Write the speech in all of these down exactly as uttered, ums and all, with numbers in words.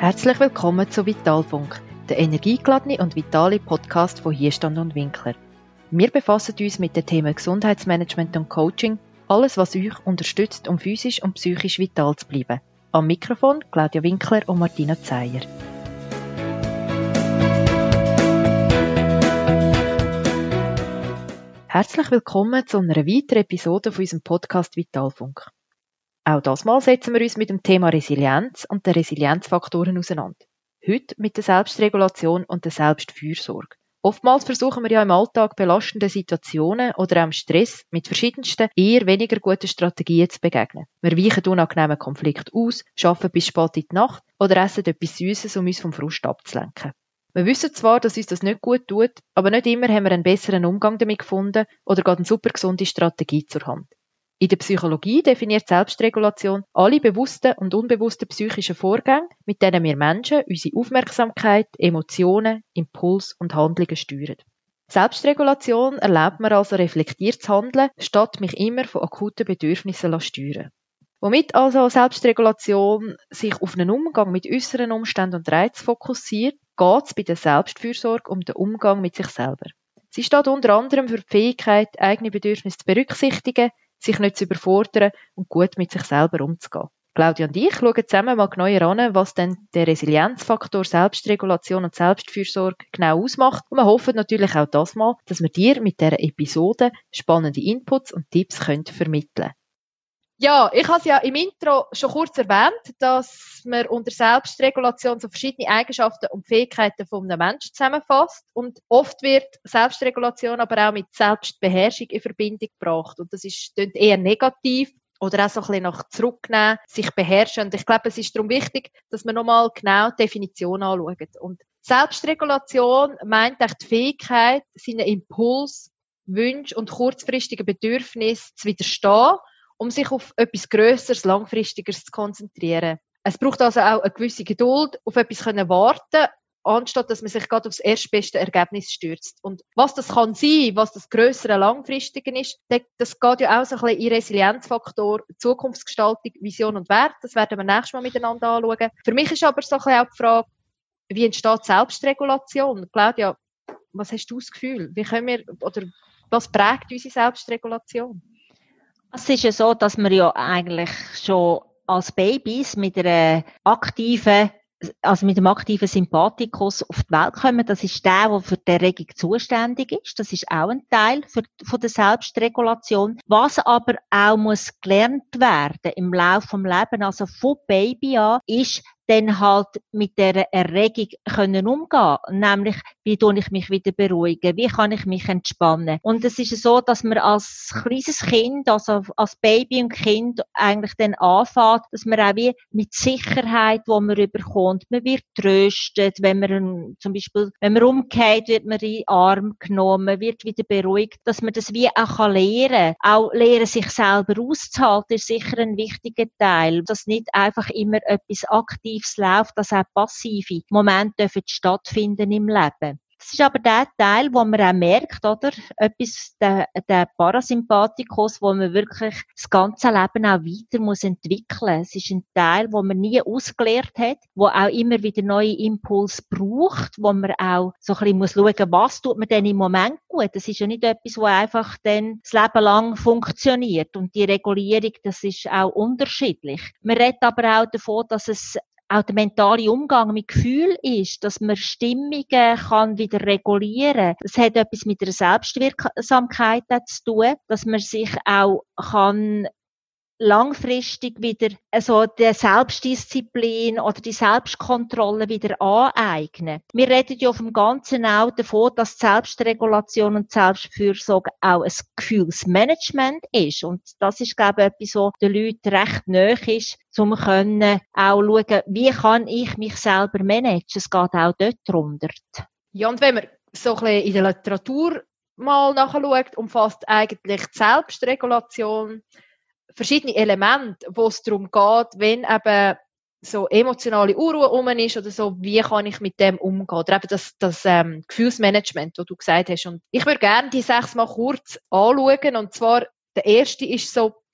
Herzlich willkommen zu Vitalfunk, der energiegeladene und vitale Podcast von Hierstand und Winkler. Wir befassen uns mit den Themen Gesundheitsmanagement und Coaching, alles was euch unterstützt, um physisch und psychisch vital zu bleiben. Am Mikrofon Claudia Winkler und Martina Zeyer. Herzlich willkommen zu einer weiteren Episode von unserem Podcast Vitalfunk. Auch das Mal setzen wir uns mit dem Thema Resilienz und den Resilienzfaktoren auseinander. Heute mit der Selbstregulation und der Selbstfürsorge. Oftmals versuchen wir ja im Alltag belastende Situationen oder auch Stress mit verschiedensten, eher weniger guten Strategien zu begegnen. Wir weichen unangenehmen Konflikten aus, arbeiten bis spät in die Nacht oder essen etwas Süßes, um uns vom Frust abzulenken. Wir wissen zwar, dass uns das nicht gut tut, aber nicht immer haben wir einen besseren Umgang damit gefunden oder gerade eine super gesunde Strategie zur Hand. In der Psychologie definiert Selbstregulation alle bewussten und unbewussten psychischen Vorgänge, mit denen wir Menschen unsere Aufmerksamkeit, Emotionen, Impuls und Handlungen steuern. Selbstregulation erlaubt mir also reflektiertes Handeln, statt mich immer von akuten Bedürfnissen zu steuern. Womit also Selbstregulation sich auf einen Umgang mit äußeren Umständen und Reizen fokussiert, geht es bei der Selbstfürsorge um den Umgang mit sich selber. Sie steht unter anderem für die Fähigkeit, eigene Bedürfnisse zu berücksichtigen, sich nicht zu überfordern und gut mit sich selber umzugehen. Claudia und ich schauen zusammen mal genauer an, was denn der Resilienzfaktor Selbstregulation und Selbstfürsorge genau ausmacht. Und wir hoffen natürlich auch das mal, dass wir dir mit dieser Episode spannende Inputs und Tipps können vermitteln können. Ja, ich habe es ja im Intro schon kurz erwähnt, dass man unter Selbstregulation so verschiedene Eigenschaften und Fähigkeiten von einem Menschen zusammenfasst. Und oft wird Selbstregulation aber auch mit Selbstbeherrschung in Verbindung gebracht. Und das ist klingt eher negativ oder auch so ein bisschen nach zurücknehmen, sich beherrschen. Und ich glaube, es ist darum wichtig, dass wir nochmal genau die Definition anschauen. Und Selbstregulation meint echt die Fähigkeit, seinen Impuls, Wünsche und kurzfristigen Bedürfnissen zu widerstehen, um sich auf etwas Grösseres, Langfristigeres zu konzentrieren. Es braucht also auch eine gewisse Geduld, auf etwas warten, anstatt dass man sich gerade aufs erstbeste Ergebnis stürzt. Und was das kann sein, was das Grössere, Langfristige ist, das geht ja auch so ein bisschen in Resilienzfaktor Zukunftsgestaltung, Vision und Wert. Das werden wir nächstes Mal miteinander anschauen. Für mich ist aber so ein bisschen auch die Frage, wie entsteht Selbstregulation? Claudia, was hast du das Gefühl? Wie können wir, oder was prägt unsere Selbstregulation? Es ist ja so, dass wir ja eigentlich schon als Babys mit einer aktiven, also mit einem aktiven Sympathikus auf die Welt kommen. Das ist der, der für die Erregung zuständig ist. Das ist auch ein Teil für, von der Selbstregulation. Was aber auch muss gelernt werden im Laufe des Lebens, also von Baby an, ist dann halt mit der Erregung können umgehen. Nämlich, wie tue ich mich wieder beruhigen? Wie kann ich mich entspannen? Und es ist so, dass man als kleines Kind, also als Baby und Kind eigentlich dann anfängt, dass man auch wie mit Sicherheit, die man überkommt, man wird tröstet, wenn man zum Beispiel, wenn man umgeht, wird man in den Arm genommen, wird wieder beruhigt, dass man das wie auch lernen kann. Auch lernen, sich selber auszuhalten, ist sicher ein wichtiger Teil. Dass nicht einfach immer etwas aktiv läuft, dass auch passive Momente dürfen stattfinden im Leben. Das ist aber der Teil, wo man auch merkt, oder? Etwas, der, der Parasympathikus, wo man wirklich das ganze Leben auch weiter muss entwickeln. Es ist ein Teil, wo man nie ausgelernt hat, wo auch immer wieder neue Impulse braucht, wo man auch so ein bisschen muss schauen, was tut man denn im Moment gut. Das ist ja nicht etwas, wo einfach dann das Leben lang funktioniert. Und die Regulierung, das ist auch unterschiedlich. Man redet aber auch davon, dass es auch der mentale Umgang mit Gefühl ist, dass man Stimmungen kann wieder regulieren. Das hat etwas mit der Selbstwirksamkeit zu tun, dass man sich auch kann langfristig wieder also die Selbstdisziplin oder die Selbstkontrolle wieder aneignen. Wir reden ja auf dem Ganzen auch davon, dass Selbstregulation und Selbstfürsorge auch ein Gefühlsmanagement ist. Und das ist, glaube ich, etwas, was den Leuten recht nahe ist, um können auch schauen, wie kann ich mich selber managen. Es geht auch dort drunter. Ja, und wenn man so ein bisschen in der Literatur mal nachschaut, umfasst eigentlich die Selbstregulation verschiedene Elemente, wo es darum geht, wenn eben so emotionale Unruhe rum ist oder so, wie kann ich mit dem umgehen? Oder eben das, das ähm, Gefühlsmanagement, das du gesagt hast. Und ich würde gerne die sechs mal kurz anschauen. Und zwar, der erste ist so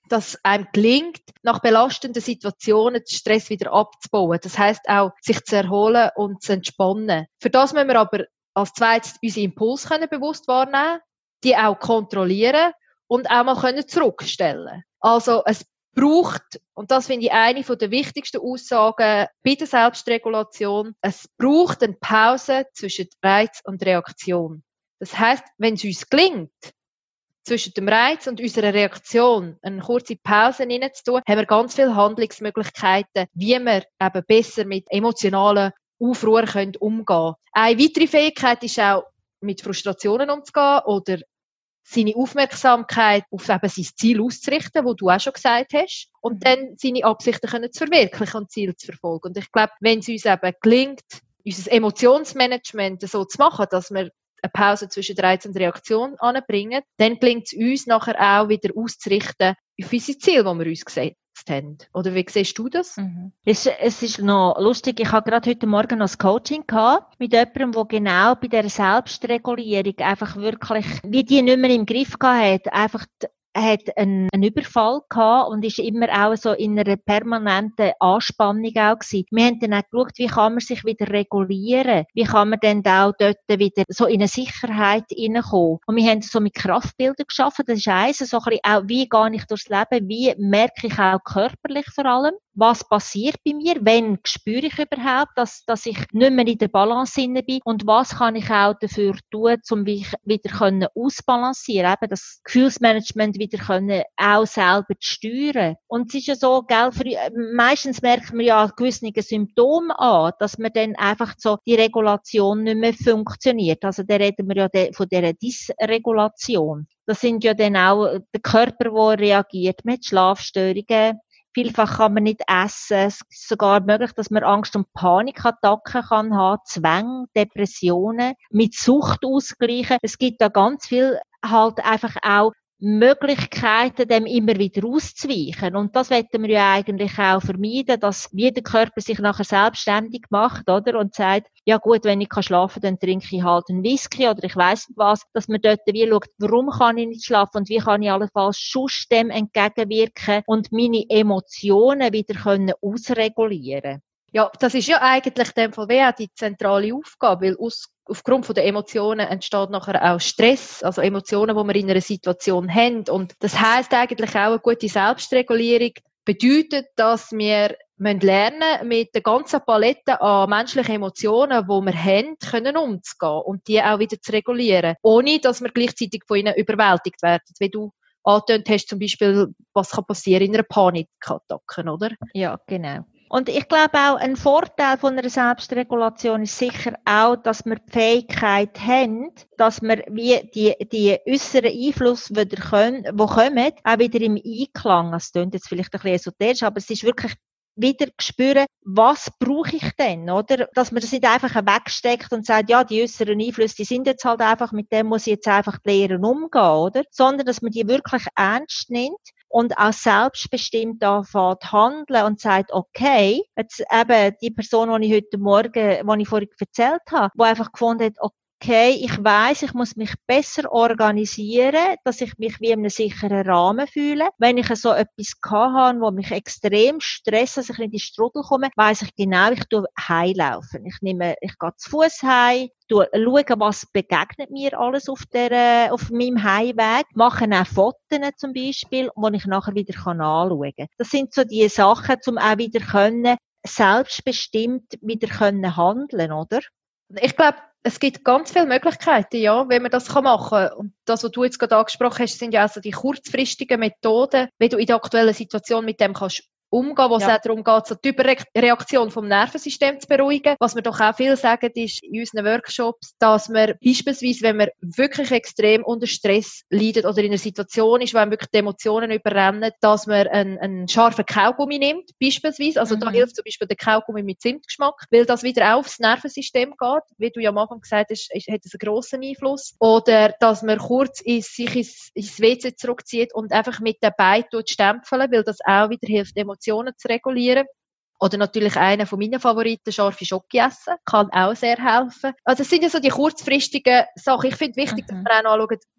dass einem gelingt, nach belastenden Situationen den Stress wieder abzubauen. Das heisst auch, sich zu erholen und zu entspannen. Für das müssen wir aber als zweites unsere Impulse können bewusst wahrnehmen, die auch kontrollieren und auch mal können zurückstellen. Also es braucht, und das finde ich eine der wichtigsten Aussagen bei der Selbstregulation, es braucht eine Pause zwischen Reiz und Reaktion. Das heisst, wenn es uns gelingt, zwischen dem Reiz und unserer Reaktion eine kurze Pause hineinzutun, haben wir ganz viele Handlungsmöglichkeiten, wie wir eben besser mit emotionalen Aufruhr können umgehen. Eine weitere Fähigkeit ist auch, mit Frustrationen umzugehen oder seine Aufmerksamkeit auf eben sein Ziel auszurichten, wo du auch schon gesagt hast, und dann seine Absichten können zu verwirklichen und Ziel zu verfolgen. Und ich glaube, wenn es uns eben gelingt, unser Emotionsmanagement so zu machen, dass wir eine Pause zwischen Reiz und Reaktion anbringen, dann gelingt es uns nachher auch wieder auszurichten auf unsere Ziele, die wir uns gesetzt haben. Oder wie siehst du das? Mhm. Es, es ist noch lustig, ich habe gerade heute Morgen noch ein Coaching gehabt mit jemandem, der genau bei dieser Selbstregulierung einfach wirklich, wie die nicht mehr im Griff gehabt hat, einfach die, hat einen, einen Überfall gehabt und ist immer auch so in einer permanenten Anspannung auch gewesen. Wir haben dann auch geschaut, wie kann man sich wieder regulieren? Wie kann man dann auch dort wieder so in eine Sicherheit hineinkommen? Und wir haben so mit Kraftbildern geschaffen. Das ist eins, so ein bisschen auch, wie gehe ich durchs Leben? Wie merke ich auch körperlich vor allem? Was passiert bei mir? Wann spüre ich überhaupt, dass, dass ich nicht mehr in der Balance inne bin? Und was kann ich auch dafür tun, um mich wieder können ausbalancieren? Eben das Gefühlsmanagement wieder können auch selber zu steuern. Und es ist ja so, gell, für, meistens merkt man ja gewisse Symptome an, dass man dann einfach so die Regulation nicht mehr funktioniert. Also da reden wir ja de, von dieser Dysregulation. Das sind ja dann auch der Körper, der reagiert mit Schlafstörungen. Vielfach kann man nicht essen. Es ist sogar möglich, dass man Angst- und Panikattacken kann haben, Zwänge, Depressionen, mit Sucht ausgleichen. Es gibt da ganz viel halt einfach auch Möglichkeiten, dem immer wieder auszuweichen. Und das wollen wir ja eigentlich auch vermeiden, dass jeder Körper sich nachher selbstständig macht, oder? Und sagt, ja gut, wenn ich schlafen kann, dann trinke ich halt einen Whisky oder ich weiss nicht was, dass man dort wie schaut, warum kann ich nicht schlafen und wie kann ich allenfalls sonst dem entgegenwirken und meine Emotionen wieder können ausregulieren. Ja, das ist ja eigentlich in dem Fall wie auch die zentrale Aufgabe, weil aus, aufgrund von der Emotionen entsteht nachher auch Stress, also Emotionen, die wir in einer Situation haben. Und das heisst eigentlich auch, eine gute Selbstregulierung bedeutet, dass wir lernen müssen, mit der ganzen Palette an menschlichen Emotionen, die wir haben, können umzugehen und die auch wieder zu regulieren, ohne dass wir gleichzeitig von ihnen überwältigt werden, wie du angetönt hast, zum Beispiel, was kann passieren in einer Panikattacke, oder? Ja, genau. Und ich glaube auch, ein Vorteil von einer Selbstregulation ist sicher auch, dass wir die Fähigkeit haben, dass wir wie die, die äußeren Einflüsse wieder können, die kommen, auch wieder im Einklang. Das klingt jetzt vielleicht ein bisschen esoterisch, aber es ist wirklich wieder spüren, was brauche ich denn, oder? Dass man das nicht einfach wegsteckt und sagt, ja, die äußeren Einflüsse, die sind jetzt halt einfach, mit dem muss ich jetzt einfach lernen umgehen, oder? Sondern, dass man die wirklich ernst nimmt und auch selbstbestimmt anfängt handeln und sagt, okay, jetzt eben die Person, die ich heute Morgen, die ich vorhin erzählt habe, die einfach gefunden hat, okay, ich weiss, ich muss mich besser organisieren, dass ich mich wie in einem sicheren Rahmen fühle. Wenn ich so etwas habe, wo mich extrem stresst, dass ich in die Strudel komme, weiss ich genau, ich tue heimlaufen. Ich nehme, ich gehe zu Fuß heim, schaue, was begegnet mir alles auf der, auf meinem Heimweg, mache auch Fotos zum Beispiel, wo ich nachher wieder anschauen kann. Das sind so die Sachen, um auch wieder können, selbstbestimmt wieder können handeln, oder? Ich glaube, es gibt ganz viele Möglichkeiten, ja, wenn man das machen kann. Und das, was du jetzt gerade angesprochen hast, sind ja also die kurzfristigen Methoden, wie du in der aktuellen Situation mit dem kannst umgehen, wo ja. es auch darum geht, so die Überreaktion vom Nervensystem zu beruhigen. Was wir doch auch viel sagen, ist in unseren Workshops, dass man beispielsweise, wenn man wirklich extrem unter Stress leidet oder in einer Situation ist, wo einem wirklich die Emotionen überrennen, dass man einen, einen scharfen Kaugummi nimmt, beispielsweise. Also mhm. da hilft zum Beispiel der Kaugummi mit Zimtgeschmack, weil das wieder auch aufs Nervensystem geht. Wie du ja am Anfang gesagt hast, ist, hat das einen grossen Einfluss. Oder dass man kurz in, sich ins, ins W C zurückzieht und einfach mit den Beinen stempeln, weil das auch wieder hilft, Emotionen zu regulieren. Oder natürlich einer von meinen Favoriten, scharfe Schoki essen, kann auch sehr helfen. Also es sind ja so die kurzfristigen Sachen. Ich finde wichtig, mhm. dass wir auch noch anschauen,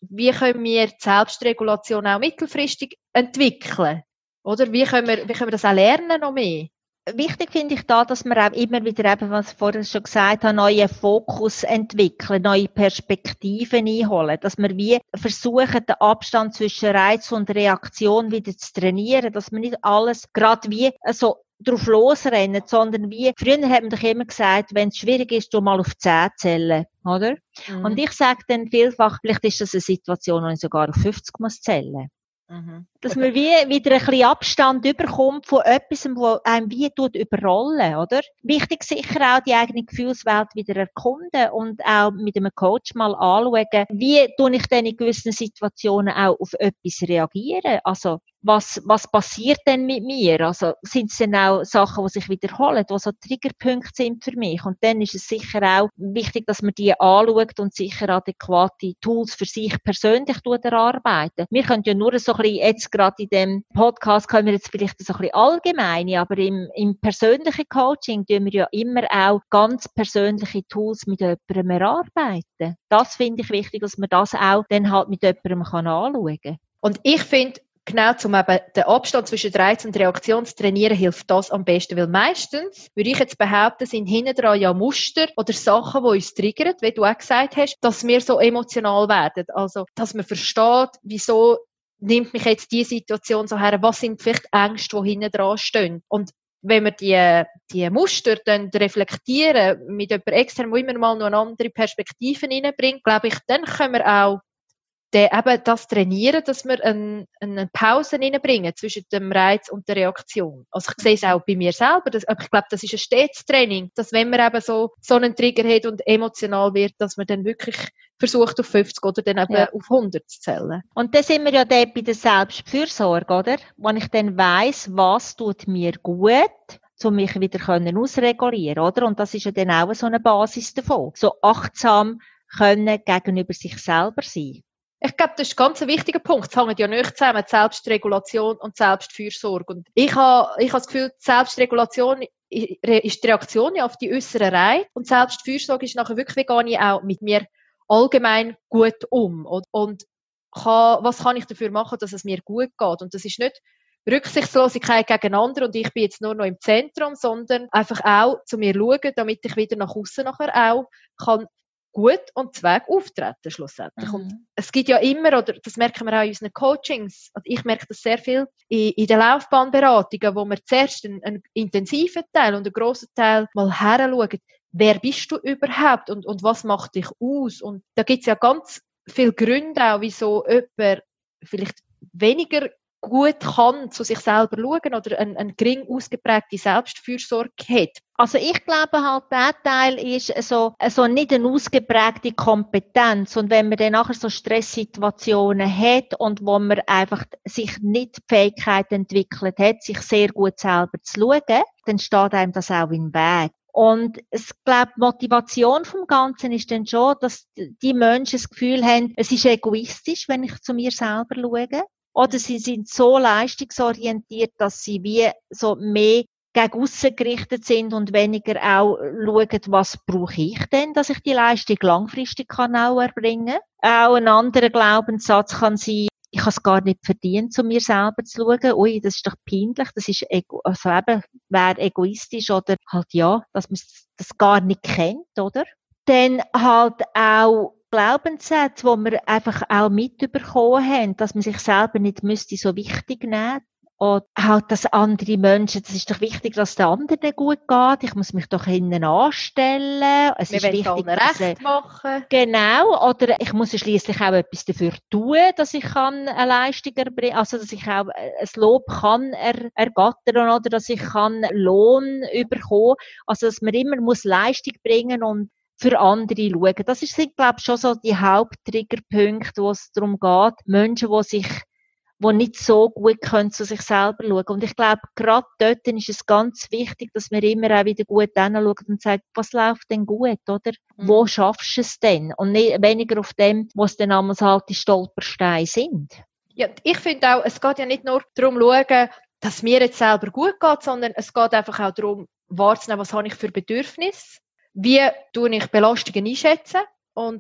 wie können wir die Selbstregulation auch mittelfristig entwickeln? Oder wie können wir, wie können wir das auch lernen noch mehr? Wichtig finde ich da, dass wir auch immer wieder eben, was ich vorhin schon gesagt habe, neuen Fokus entwickeln, neue Perspektiven einholen, dass wir wie versuchen, den Abstand zwischen Reiz und Reaktion wieder zu trainieren, dass wir nicht alles gerade wie so drauf losrennen, sondern wie, früher hat man doch immer gesagt, wenn es schwierig ist, du mal auf zehn zählen, oder? Mhm. Und ich sage dann vielfach, vielleicht ist das eine Situation, wo ich sogar auf fünfzig muss zählen. Mhm. Dass man wie wieder ein bisschen Abstand überkommt von etwas, was einem wie tut überrollen, oder? Wichtig sicher auch die eigene Gefühlswelt wieder erkunden und auch mit einem Coach mal anschauen, wie tue ich denn in gewissen Situationen auch auf etwas reagieren? Also, was, was passiert denn mit mir? Also, sind es denn auch Sachen, die sich wiederholen, die so Triggerpunkte sind für mich? Und dann ist es sicher auch wichtig, dass man die anschaut und sicher adäquate Tools für sich persönlich erarbeiten. Wir können ja nur so ein bisschen, jetzt gerade in dem Podcast können wir jetzt vielleicht so ein bisschen allgemeine, aber im, im persönlichen Coaching tun wir ja immer auch ganz persönliche Tools mit jemandem erarbeiten. Das finde ich wichtig, dass man das auch dann halt mit jemandem anschauen kann. Und ich finde, genau, um eben den Abstand zwischen Reiz und Reaktion zu trainieren, hilft das am besten, weil meistens, würde ich jetzt behaupten, sind hinten dran ja Muster oder Sachen, die uns triggern, wie du auch gesagt hast, dass wir so emotional werden. Also, dass man versteht, wieso nimmt mich jetzt die Situation so her, was sind vielleicht Ängste, die hinten dran stehen. Und wenn wir die, die Muster dann reflektieren mit jemand extern, der immer mal noch eine andere Perspektive reinbringt, glaube ich, dann können wir auch den, eben das trainieren, dass wir eine, eine Pause reinbringen zwischen dem Reiz und der Reaktion. Also ich sehe es auch bei mir selber, das, aber ich glaube, das ist ein stets Training, dass wenn man eben so, so einen Trigger hat und emotional wird, dass man dann wirklich versucht, auf fünfzig oder dann eben ja. auf hundert zu zählen. Und da sind wir ja dort bei der Selbstfürsorge, oder? Wenn ich dann weiss, was tut mir gut, um mich wieder können ausregulieren, oder? Und das ist ja dann auch so eine Basis davon. So achtsam können gegenüber sich selber sein. Ich glaube, das ist ein ganz wichtiger Punkt. Es hängt ja nicht zusammen, die Selbstregulation und die Selbstfürsorge. Und ich habe, ich habe das Gefühl, die Selbstregulation ist die Reaktion ja auf die äußeren Reize und Selbstfürsorge ist nachher wirklich, wie gehe ich auch mit mir allgemein gut um. Und, und kann, was kann ich dafür machen, dass es mir gut geht? Und das ist nicht Rücksichtslosigkeit gegen andere und ich bin jetzt nur noch im Zentrum, sondern einfach auch zu mir schauen, damit ich wieder nach außen nachher auch kann gut und Zweig auftreten schlussendlich. Mhm. Und es gibt ja immer, oder das merken wir auch in unseren Coachings, also ich merke das sehr viel in, in den Laufbahnberatungen, wo wir zuerst einen, einen intensiven Teil und einen grossen Teil mal heranschauen, wer bist du überhaupt und, und was macht dich aus? Und da gibt es ja ganz viele Gründe auch, wieso jemand vielleicht weniger gut kann zu sich selber schauen oder eine, eine gering ausgeprägte Selbstfürsorge hat. Also ich glaube halt, der Teil ist so, so nicht eine ausgeprägte Kompetenz. Und wenn man dann nachher so Stresssituationen hat und wo man einfach sich nicht die Fähigkeit entwickelt hat, sich sehr gut selber zu schauen, dann steht einem das auch im Weg. Und ich glaube, die Motivation vom Ganzen ist dann schon, dass die Menschen das Gefühl haben, es ist egoistisch, wenn ich zu mir selber schaue. Oder sie sind so leistungsorientiert, dass sie wie so mehr gegen aussen gerichtet sind und weniger auch schauen, was brauche ich denn, dass ich die Leistung langfristig kann auch erbringen kann. Auch ein anderer Glaubenssatz kann sein, ich habe es gar nicht verdient, zu mir selber zu schauen. Ui, das ist doch peinlich, das ist ego- also eben, wäre egoistisch oder halt ja, dass man das gar nicht kennt, oder? Dann halt auch Glaubenssätze, die wir einfach auch mitbekommen haben, dass man sich selber nicht müsste so wichtig nehmen. Oder halt, dass andere Menschen, das ist doch wichtig, dass es den anderen gut geht. Ich muss mich doch hinten anstellen. Es wir ist wichtig, dass recht machen. Genau. Oder ich muss ja schliesslich auch etwas dafür tun, dass ich kann eine Leistung erbringen, also dass ich auch ein Lob kann er, ergattern oder dass ich kann Lohn überkommen. Also dass man immer muss Leistung bringen und für andere schauen. Das sind, glaube ich, schon so die Haupttriggerpunkte, wo es darum geht, Menschen, die sich, die nicht so gut können, zu sich selber schauen. Und ich glaube, gerade dort ist es ganz wichtig, dass wir immer auch wieder gut hinschauen und sagen, was läuft denn gut, oder? Mhm. Wo schaffst du es denn? Und nicht weniger auf dem, was dann einmal halt die Stolpersteine sind. Ja, ich finde auch, es geht ja nicht nur darum, schauen, dass mir jetzt selber gut geht, sondern es geht einfach auch darum, wahrzunehmen, was habe ich für Bedürfnisse. Wie tue ich Belastungen einschätzen und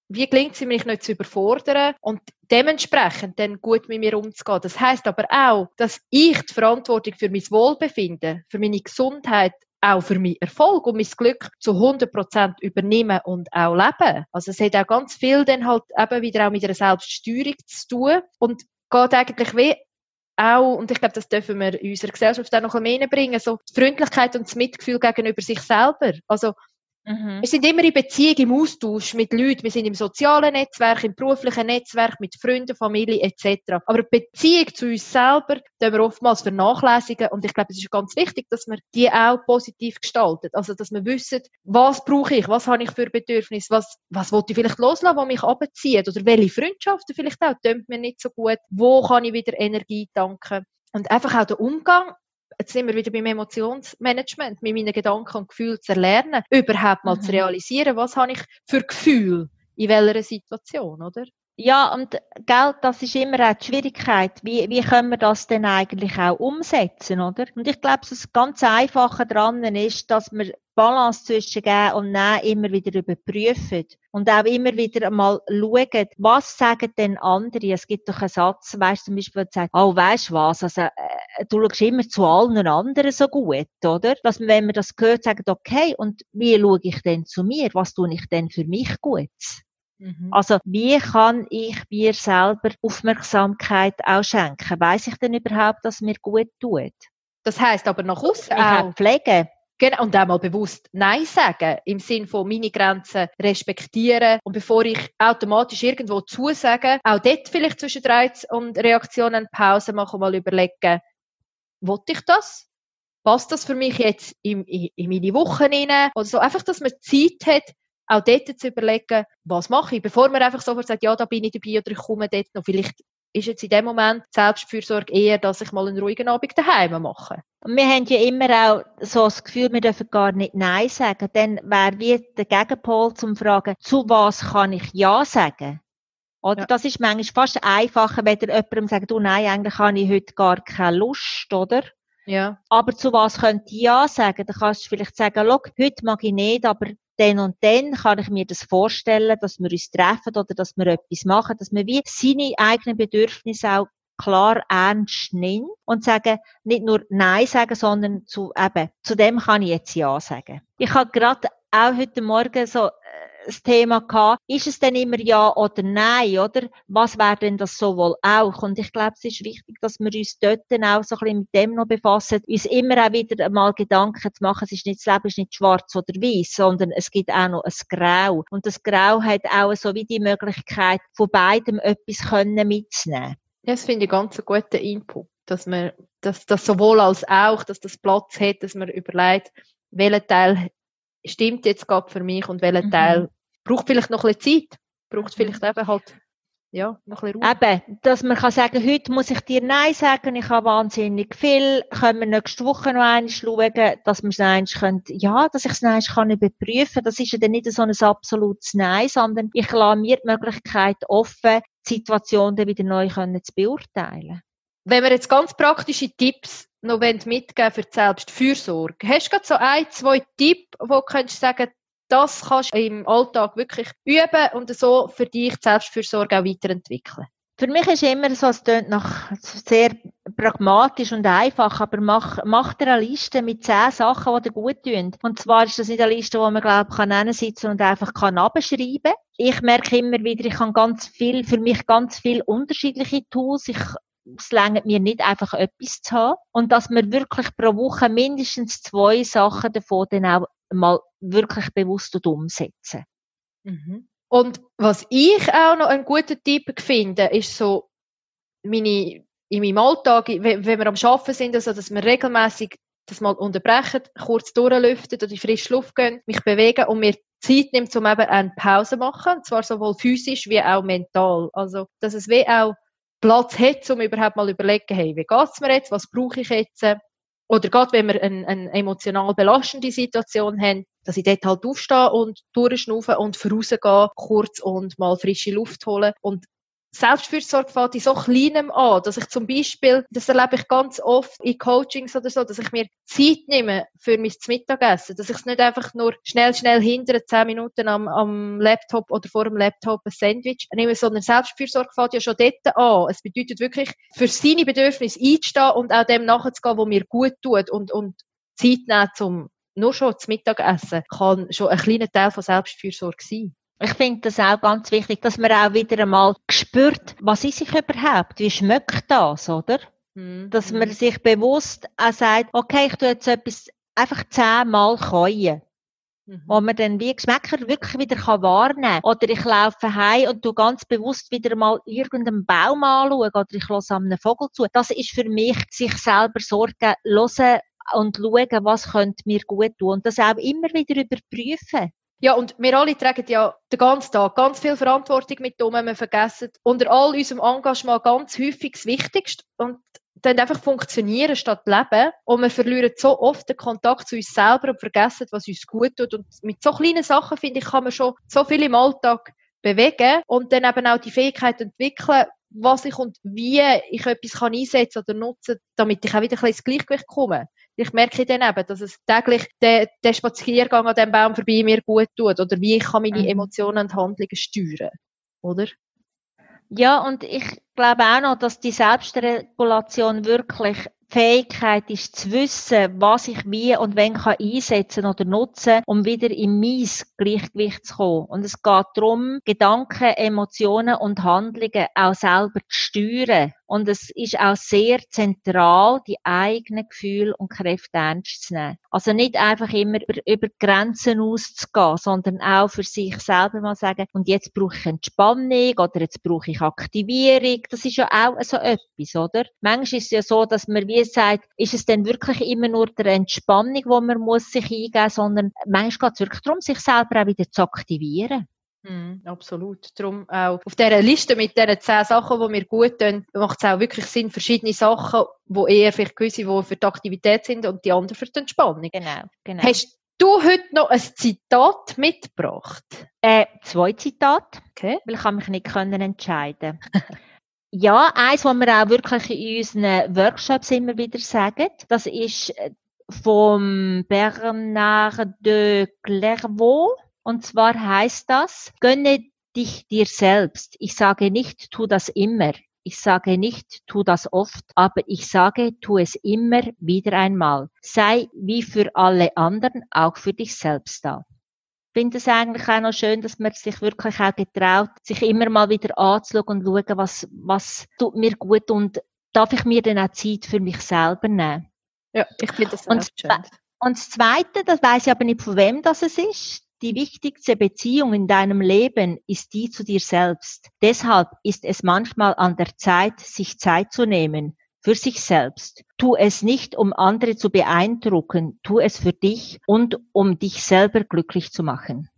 wie gelingt es mir, mich nicht zu überfordern und dementsprechend dann gut mit mir umzugehen. Das heisst aber auch, dass ich die Verantwortung für mein Wohlbefinden, für meine Gesundheit, auch für meinen Erfolg und mein Glück zu hundert Prozent übernehmen und auch leben. Also es hat auch ganz viel dann halt eben wieder auch mit einer Selbststeuerung zu tun und geht eigentlich wie auch, und ich glaube, das dürfen wir in unserer Gesellschaft auch noch ein bisschen mehr bringen, so die Freundlichkeit und das Mitgefühl gegenüber sich selber. Also Mhm. wir sind immer in Beziehung, im Austausch mit Leuten. Wir sind im sozialen Netzwerk, im beruflichen Netzwerk, mit Freunden, Familie et cetera. Aber die Beziehung zu uns selber, die wir oftmals vernachlässigen. Und ich glaube, es ist ganz wichtig, dass wir die auch positiv gestalten. Also, dass wir wissen, was brauche ich, was habe ich für Bedürfnisse, was, was will ich vielleicht loslassen, was mich abzieht. Oder welche Freundschaften vielleicht auch, tönt mir nicht so gut. Wo kann ich wieder Energie tanken? Und einfach auch der Umgang. Jetzt sind wir wieder beim Emotionsmanagement, mit meinen Gedanken und Gefühlen zu erlernen, überhaupt mal mhm. zu realisieren, was habe ich für Gefühle in welcher Situation, oder? Ja, und gell, das ist immer auch die Schwierigkeit. Wie, wie können wir das denn eigentlich auch umsetzen, oder? Und ich glaube, das ganz Einfache daran ist, dass wir Balance zwischen Geben und Nehmen immer wieder überprüfen. Und auch immer wieder einmal schauen, was sagen denn andere? Es gibt doch einen Satz, weißt du, zum Beispiel, der sagt, oh, weisst du was, also, äh, du schaust immer zu allen anderen so gut, oder? Dass wir, wenn wir das gehört, sagen, okay, und wie schaue ich denn zu mir? Was tue ich denn für mich gut? Mhm. Also, wie kann ich mir selber Aufmerksamkeit auch schenken? Weiss ich denn überhaupt, dass mir gut tut? Das heisst aber nach außen auch pflegen. Genau, und auch mal bewusst Nein sagen, im Sinn von meine Grenzen respektieren. Und bevor ich automatisch irgendwo zusage, auch dort vielleicht zwischen Reiz und Reaktionen Pause machen und mal überlegen, will ich das? Passt das für mich jetzt in, in, in meine Wochen hinein? Oder so, einfach, dass man Zeit hat, auch dort zu überlegen, was mache ich? Bevor man einfach sofort sagt, ja, da bin ich dabei oder ich komme dort noch. Vielleicht ist jetzt in dem Moment die Selbstfürsorge eher, dass ich mal einen ruhigen Abend daheim mache. Und wir haben ja immer auch so das Gefühl, wir dürfen gar nicht Nein sagen. Dann wäre wie der Gegenpol zum Fragen, zu was kann ich Ja sagen? Oder? Ja. Das ist manchmal fast einfacher, wenn ihr jemandem sagt, du, nein, eigentlich habe ich heute gar keine Lust, oder? Ja. Aber zu was könnte ich Ja sagen? Dann kannst du vielleicht sagen, schau, heute mag ich nicht, aber dann und dann kann ich mir das vorstellen, dass wir uns treffen oder dass wir etwas machen, dass wir wie seine eigenen Bedürfnisse auch klar ernst nehmen und sagen, nicht nur Nein sagen, sondern zu, eben, zu dem kann ich jetzt Ja sagen. Ich habe gerade auch heute Morgen so äh, das Thema gehabt, ist es denn immer Ja oder Nein, oder? Was wäre denn das so wohl auch? Und ich glaube, es ist wichtig, dass wir uns dort dann auch so ein bisschen mit dem noch befassen, uns immer auch wieder einmal Gedanken zu machen, es ist nicht, das Leben ist nicht schwarz oder weiß, sondern es gibt auch noch ein Grau. Und das Grau hat auch so wie die Möglichkeit, von beidem etwas können mitzunehmen. Ja, das finde ich ganz einen guten Input, dass man, dass das sowohl als auch, dass das Platz hat, dass man überlegt, welcher Teil stimmt jetzt gerade für mich und welcher mhm. Teil braucht vielleicht noch ein bisschen Zeit, braucht vielleicht eben halt, ja, noch ein bisschen Ruhe. Eben, dass man kann sagen, heute muss ich dir Nein sagen, ich habe wahnsinnig viel, können wir nächste Woche noch einmal schauen, dass wir es einmal können, ja, dass ich es einmal kann überprüfen, das ist ja dann nicht so ein absolutes Nein, sondern ich lasse mir die Möglichkeit offen, die Situation dann wieder neu können zu beurteilen. Wenn wir jetzt ganz praktische Tipps noch mitgeben für die Selbstfürsorge, hast du gerade so ein, zwei Tipps, wo du könntest sagen, das kannst du im Alltag wirklich üben und so für dich die Selbstfürsorge auch weiterentwickeln? Für mich ist immer so, es klingt nach sehr pragmatisch und einfach, aber mach, mach dir eine Liste mit zehn Sachen, die dir gut tun. Und zwar ist das nicht eine Liste, wo man, glaube ich, kann hinsitzen und einfach kann abschreiben. Ich merke immer wieder, ich habe ganz viel, für mich ganz viele unterschiedliche Tools. Ich, es reicht mir nicht einfach etwas zu haben. Und dass man wirklich pro Woche mindestens zwei Sachen davon dann auch mal wirklich bewusst umsetzen. Mhm. Und was ich auch noch einen guten Tipp finde, ist so, meine, in meinem Alltag, wenn wir am Arbeiten sind, also, dass wir regelmäßig das mal unterbrechen, kurz durchlüften, oder in die frische Luft gehen, mich bewegen und mir Zeit nimmt, um eben eine Pause zu machen, und zwar sowohl physisch wie auch mental. Also, dass es wie auch Platz hat, um überhaupt mal zu überlegen, hey, wie geht's mir jetzt, was brauche ich jetzt? Oder gerade wenn wir eine, eine emotional belastende Situation haben, dass ich dort halt aufstehe und durchschnaufen und vorausgehen, kurz und mal frische Luft holen. Und Selbstfürsorge fängt in so Kleinem an, dass ich zum Beispiel, das erlebe ich ganz oft in Coachings oder so, dass ich mir Zeit nehme für mein Mittagessen, dass ich es nicht einfach nur schnell, schnell hindere, zehn Minuten am, am Laptop oder vor dem Laptop ein Sandwich nehme, sondern Selbstfürsorge fängt ja schon dort an. Es bedeutet wirklich, für seine Bedürfnisse einzustehen und auch dem nachzugehen, was mir gut tut und, und Zeit nehmen, zum nur schon das Mittagessen kann schon ein kleiner Teil von Selbstfürsorge sein. Ich finde das auch ganz wichtig, dass man auch wieder einmal spürt, was ist ich überhaupt, wie schmeckt das, oder? Mhm. Dass man sich bewusst auch sagt, okay, ich tue jetzt etwas einfach zehnmal käuen. Mhm. Wo man dann wie Geschmäcker wirklich wieder wahrnehmen kann. Oder ich laufe heim und tu ganz bewusst wieder mal irgendeinen Baum anschauen oder ich höre einem Vogel zu. Das ist für mich, sich selber Sorgen, hören und schauen, was könnte mir gut tun. Und das auch immer wieder überprüfen. Ja, und wir alle tragen ja den ganzen Tag ganz viel Verantwortung mit um, wir vergessen unter all unserem Engagement ganz häufig das Wichtigste und dann einfach funktionieren statt leben. Und wir verlieren so oft den Kontakt zu uns selber und vergessen, was uns gut tut. Und mit so kleinen Sachen, finde ich, kann man schon so viel im Alltag bewegen und dann eben auch die Fähigkeit entwickeln, was ich und wie ich etwas kann einsetzen oder nutzen, damit ich auch wieder ein bisschen ins Gleichgewicht komme. Ich merke dann eben, dass es täglich der, der Spaziergang an diesem Baum vorbei mir gut tut oder wie ich kann meine mhm. Emotionen und Handlungen steuern, oder? Ja, und ich glaube auch noch, dass die Selbstregulation wirklich Fähigkeit ist, zu wissen, was ich wie und wann kann einsetzen oder nutzen, um wieder in mein Gleichgewicht zu kommen. Und es geht darum, Gedanken, Emotionen und Handlungen auch selber zu steuern. Und es ist auch sehr zentral, die eigenen Gefühle und Kräfte ernst zu nehmen. Also nicht einfach immer über, über Grenzen auszugehen, sondern auch für sich selber mal sagen, und jetzt brauche ich Entspannung oder jetzt brauche ich Aktivierung. Das ist ja auch so etwas, oder? Manchmal ist es ja so, dass man wie sagt, ist es denn wirklich immer nur der Entspannung, wo man muss sich eingeben muss, sondern manchmal geht es wirklich darum, sich selber auch wieder zu aktivieren. Mm, absolut. Darum auch auf dieser Liste mit diesen zehn Sachen, die mir gut tun, macht es auch wirklich Sinn, verschiedene Sachen, die eher vielleicht gewisse, die für die Aktivität sind und die anderen für die Entspannung. Genau, genau. Hast du heute noch ein Zitat mitgebracht? Äh, zwei Zitate, okay. Weil ich kann mich nicht können entscheiden. Ja, eins, was wir auch wirklich in unseren Workshops immer wieder sagen, das ist vom Bernard de Clairvaux. Und zwar heißt das, gönne dich dir selbst. Ich sage nicht, tu das immer. Ich sage nicht, tu das oft. Aber ich sage, tu es immer wieder einmal. Sei wie für alle anderen, auch für dich selbst da. Ich finde es eigentlich auch noch schön, dass man sich wirklich auch getraut, sich immer mal wieder anzuschauen und schauen, was, was tut mir gut und darf ich mir dann auch Zeit für mich selber nehmen. Ja, ich finde das auch schön. Und das Zweite, das weiss ich aber nicht, von wem das es ist. Die wichtigste Beziehung in deinem Leben ist die zu dir selbst. Deshalb ist es manchmal an der Zeit, sich Zeit zu nehmen. Für sich selbst. Tu es nicht, um andere zu beeindrucken. Tu es für dich und um dich selber glücklich zu machen.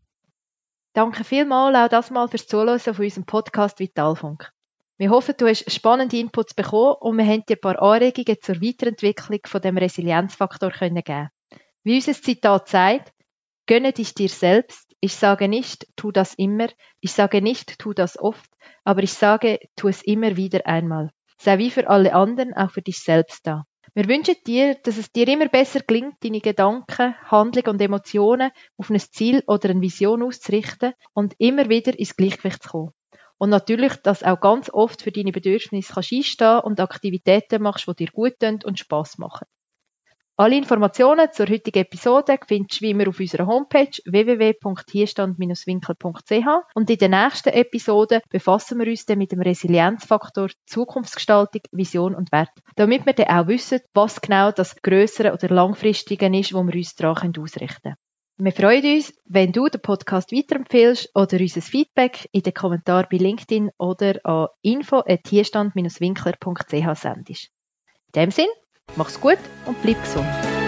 Danke vielmals auch das mal fürs Zuhören von unserem Podcast Vitalfunk. Wir hoffen, du hast spannende Inputs bekommen und wir haben dir ein paar Anregungen zur Weiterentwicklung von dem Resilienzfaktor geben können. Wie unser Zitat sagt, gönne dich dir selbst. Ich sage nicht, tu das immer. Ich sage nicht, tu das oft. Aber ich sage, tu es immer wieder einmal. Sei wie für alle anderen, auch für dich selbst da. Wir wünschen dir, dass es dir immer besser gelingt, deine Gedanken, Handlungen und Emotionen auf ein Ziel oder eine Vision auszurichten und immer wieder ins Gleichgewicht zu kommen. Und natürlich, dass auch ganz oft für deine Bedürfnisse kannst einstehen und Aktivitäten machst, die dir gut tun und Spass machen. Alle Informationen zur heutigen Episode findest du wie immer auf unserer Homepage w w w punkt tierstand Bindestrich winkel punkt c h und in der nächsten Episode befassen wir uns dann mit dem Resilienzfaktor Zukunftsgestaltung, Vision und Wert, damit wir dann auch wissen, was genau das Grössere oder Langfristige ist, wo wir uns daran ausrichten können. Wir freuen uns, wenn du den Podcast weiterempfehlst oder uns ein Feedback in den Kommentaren bei LinkedIn oder an info at tierstand Bindestrich winkler punkt c h sendest. In dem Sinne, mach's gut und bleib gesund.